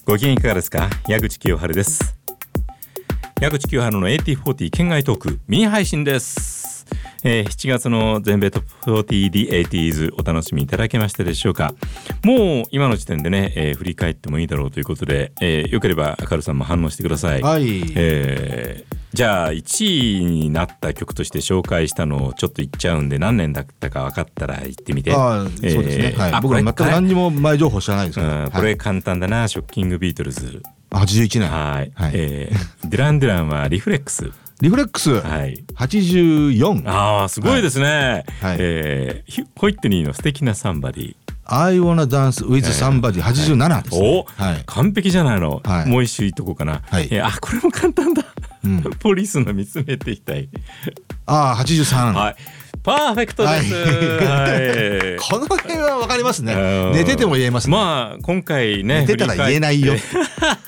ご機嫌いかがですか。矢口清春です。矢口清春の8040県外トークミニ配信です。7月の全米トップ 40The80s お楽しみいただけましたでしょうか。もう今の時点でね、振り返ってもいいだろうということで、よければカルさんも反応してください。 はい。 じゃあ1位になった曲として紹介したのをちょっと言っちゃうんで、何年だったか分かったら言ってみて。 そうですね、はい、僕は全く何にも前情報知らないですから、 これ簡単だな。ショッキングビートルズ 81年。 はい、 はい。 デュラン・デュランはリフレックス、はい、 84。 すごいですね。 はい。 ホイットニーの素敵なサンバディ、 I wanna dance with somebody、87ですね。 はい、完璧じゃないの。 はい、 もう一周いっとこうかな。 はい。 これも簡単だ。ポリスの見つめていたい。 83。 はい。パーフェクトです。はい。 この辺は分かりますね。寝てても言えますね。 まあ今回ね、 寝てたら言えないよ。 ツ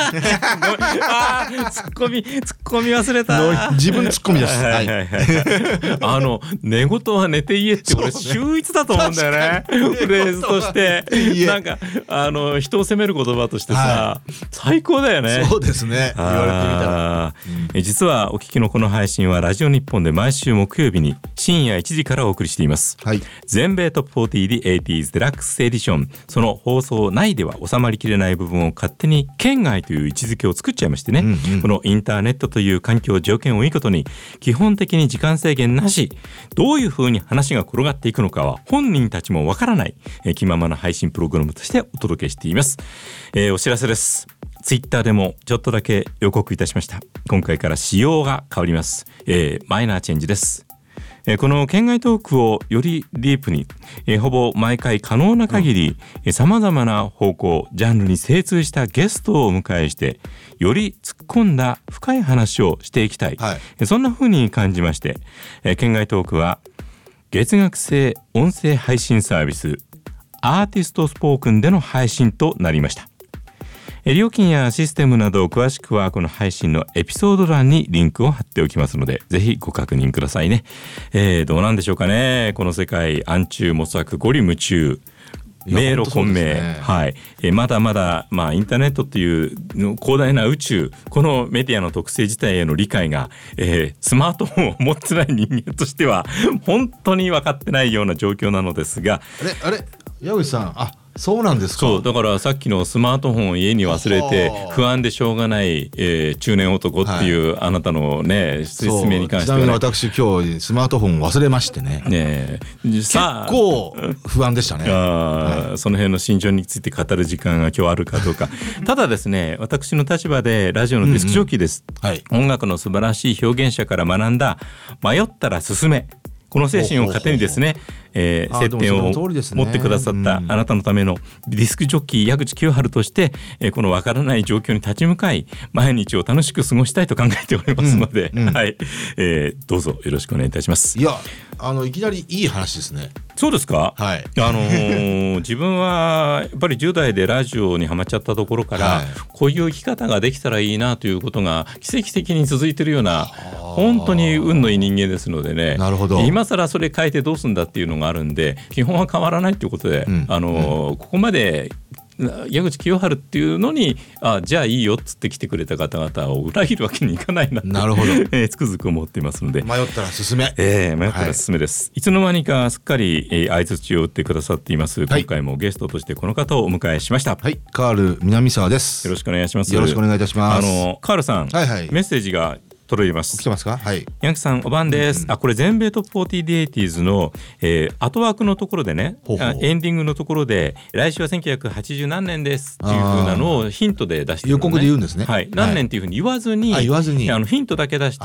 ッコミ忘れた。 自分ツッコミです。はい。 寝言は寝て言えって俺秀逸だと思うんだよね。フレーズとしてなんか人を責める言葉としてさ、最高だよね。 そうですね。言われてみたら。 実はお聞きのこの配信はラジオ日本で毎週木曜日に深夜1時からお送りしています。 はい。全米トップ 40The80s デラックスエディション、その放送内では収まりきれない部分を勝手に県外という位置づけを作っちゃいましてね、このインターネットという環境条件をいいことに基本的に時間制限なし、どういう風に話が転がっていくのかは本人たちもわからない、気ままな配信プログラムとしてお届けしています。お知らせです。ツイッターでもちょっとだけ予告いたしました。今回から仕様が変わります。マイナーチェンジです。この県外トークをよりディープに、ほぼ毎回可能な限りさまざまな方向ジャンルに精通したゲストをお迎えしてより突っ込んだ深い話をしていきたい、はい、そんな風に感じまして、県外トークは月額制音声配信サービスアーティストスポークンでの配信となりました。料金やシステムなど詳しくはこの配信のエピソード欄にリンクを貼っておきますので、ぜひご確認くださいね。どうなんでしょうかね。この世界暗中模索五里夢中迷路混迷、はい、まだまだ、インターネットっていう広大な宇宙、このメディアの特性自体への理解が、スマートフォンを持ってない人間としては本当に分かってないような状況なのですが、 あれ矢口さん、そうなんですか。 そうだからさっきのスマートフォンを家に忘れて不安でしょうがない、中年男っていう、あなたのね説明に関しては、ね、 ちなみに私今日スマートフォン忘れましてね、結構不安でしたね。 その辺の心情について語る時間が今日あるかどうかただですね、私の立場でラジオのディスクジョッキーです、音楽の素晴らしい表現者から学んだ迷ったら進め、この精神を糧にですね、接点を持ってくださったあなたのためのディスクジョッキー矢口清春として、このわからない状況に立ち向かい毎日を楽しく過ごしたいと考えておりますので、はい、どうぞよろしくお願いいたします。 いや、いきなりいい話ですね。 そうですか。 はい。 自分はやっぱり10代でラジオにハマっちゃったところから、こういう生き方ができたらいいなということが奇跡的に続いているような本当に運のいい人間ですのでね。 なるほど。 今更それ変えてどうすんだっていうのがあるんで、基本は変わらないということで、ここまで矢口清春っていうのにじゃあいいよっつって来てくれた方々を裏切るわけにいかないなって、 なるほど、 つくづく思っていますので、 迷ったら進め、 迷ったら進めです、いつの間にかすっかり相槌を打ってくださっています、今回もゲストとしてこの方をお迎えしました。 はい、カール南沢です。 よろしくお願いします。 よろしくお願いいたします。 カールさん、メッセージが届いてます。 来てますか。はい。 ヤンキさんお晩です。これ全米トップ 40The80s の、後枠のところでね、エンディングのところで来週は1980何年ですっていう風なのをヒントで出してるのね。 予告で言うんですね。 はい。何年っていう風に言わずに、ヒントだけ出して、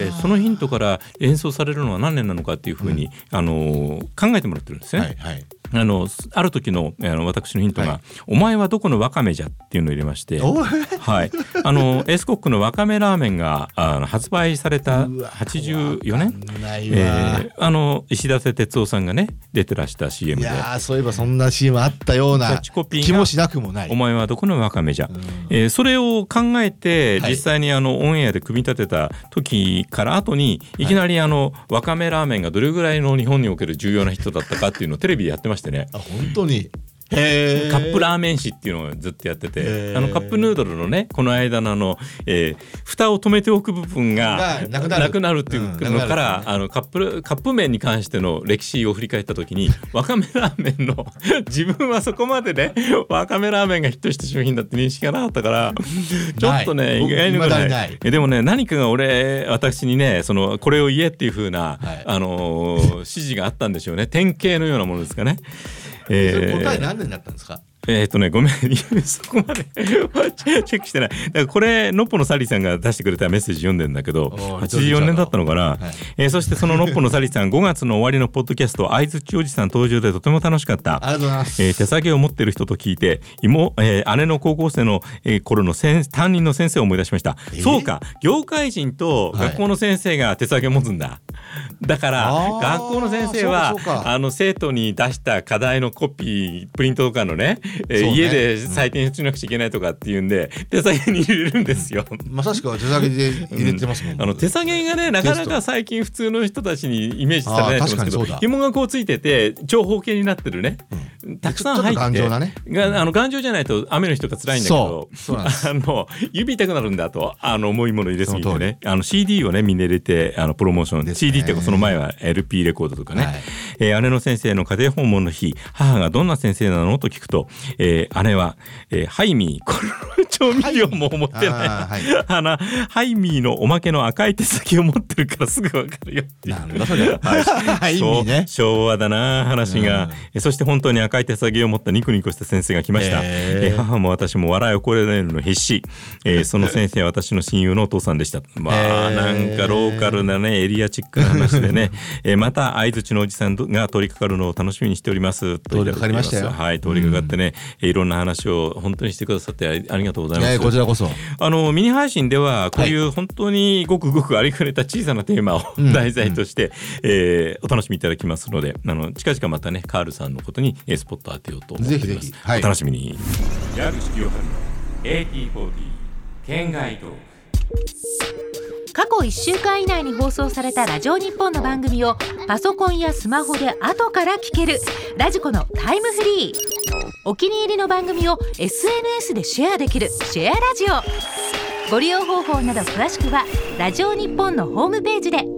そのヒントから連想されるのは何年なのかっていう風に、考えてもらってるんですね。はいはい。ある時の私のヒントが、お前はどこのワカメじゃっていうのを入れまして、はい、エースコックのワカメラーメンが発売された84年、石田哲夫さんがね出てらした CM で、 いやそういえばそんな CM あったような気もしなくもない。 お前はどこのワカメじゃ、それを考えて実際にオンエアで組み立てた時から後にいきなりワカメラーメンがどれぐらいの日本における重要な人だったかっていうのをテレビでやってましてね。 本当にカップラーメン誌っていうのをずっとやってて、カップヌードルのねこの間の蓋を止めておく部分がなくなるっていうのからカップ麺に関しての歴史を振り返った時にわかめラーメンの自分はそこまでねわかめラーメンがヒットした商品だって認識がなかったからちょっとね意外にもねでもね何かが私にねこれを言えっていう風な、指示があったんでしょうね。典型のようなものですかね。 答え何年だったんですか？ ごめんそこまでチェックしてない。だからこれのっぽのサリーさんが出してくれたメッセージ読んでんだけど84年だったのかな、そしてそののっぽのサリーさん5月の終わりのポッドキャスト相槌おじさん登場でとても楽しかった。 ありがとうございます。 手提げを持ってる人と聞いて姉の高校生の頃の担任の先生を思い出しました。そうか業界人と学校の先生が手提げ持つんだ。だから学校の先生は生徒に出した課題のコピープリントとかのね家で採点しなくちゃいけないとかっていうんで手提げに入れるんですよ。 まさしく手提げで入れてますもんね。 手提げがねなかなか最近普通の人たちにイメージされないと思うんですけど紐がこうついてて長方形になってるね、たくさん入って頑丈なね頑丈じゃないと雨の日とか辛いんだけど指痛くなるんだと重いもの入れすぎてねCD をねみんな入れてプロモーションで CD ってその前は LP レコードとかね、姉の先生の家庭訪問の日母がどんな先生なのと聞くと姉は、ハイミーこの調味料も持ってない、ハイミーのおまけの赤い手先を持ってるからすぐ分かるよっていう。なんだそれ、昭和だな話が、そして本当に赤い手先を持ったニコニコした先生が来ました。母も私も笑いをこらえるの必死、その先生は私の親友のお父さんでした。なんかローカルなねエリアチックな話でねまた相槌のおじさんが通りかかるのを楽しみにしておりますと。 通りかかりましたよ。 はい、通りかかってね、いろんな話を本当にしてくださってありがとうございます。 こちらこそミニ配信ではこういう本当にごくごくありふれた小さなテーマを題材として、お楽しみいただきますので近々またねカールさんのことにスポット当てようと思っています。ぜひぜひ、お楽しみに。矢口清春の AT40 県外トーク。 過去1週間以内に放送されたラジオ日本の番組をパソコンやスマホで後から聞けるラジコのタイムフリー。お気に入りの番組を SNS でシェアできるシェアラジオ。ご利用方法など詳しくはラジオ日本のホームページで。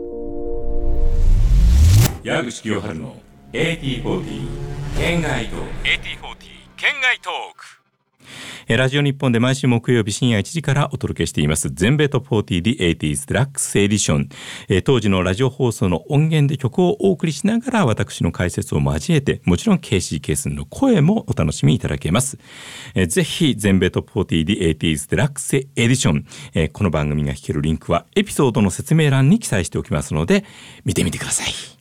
矢口清春の AT40 県外トーク。ラジオ日本で毎週木曜日深夜1時からお届けしています全米トップ40 The 80s デラックスエディション。当時のラジオ放送の音源で曲をお送りしながら私の解説を交えてもちろん KC さんの声もお楽しみいただけます。ぜひ全米トップ40 The 80s デラックスエディション、この番組が聴けるリンクはエピソードの説明欄に記載しておきますので見てみてください。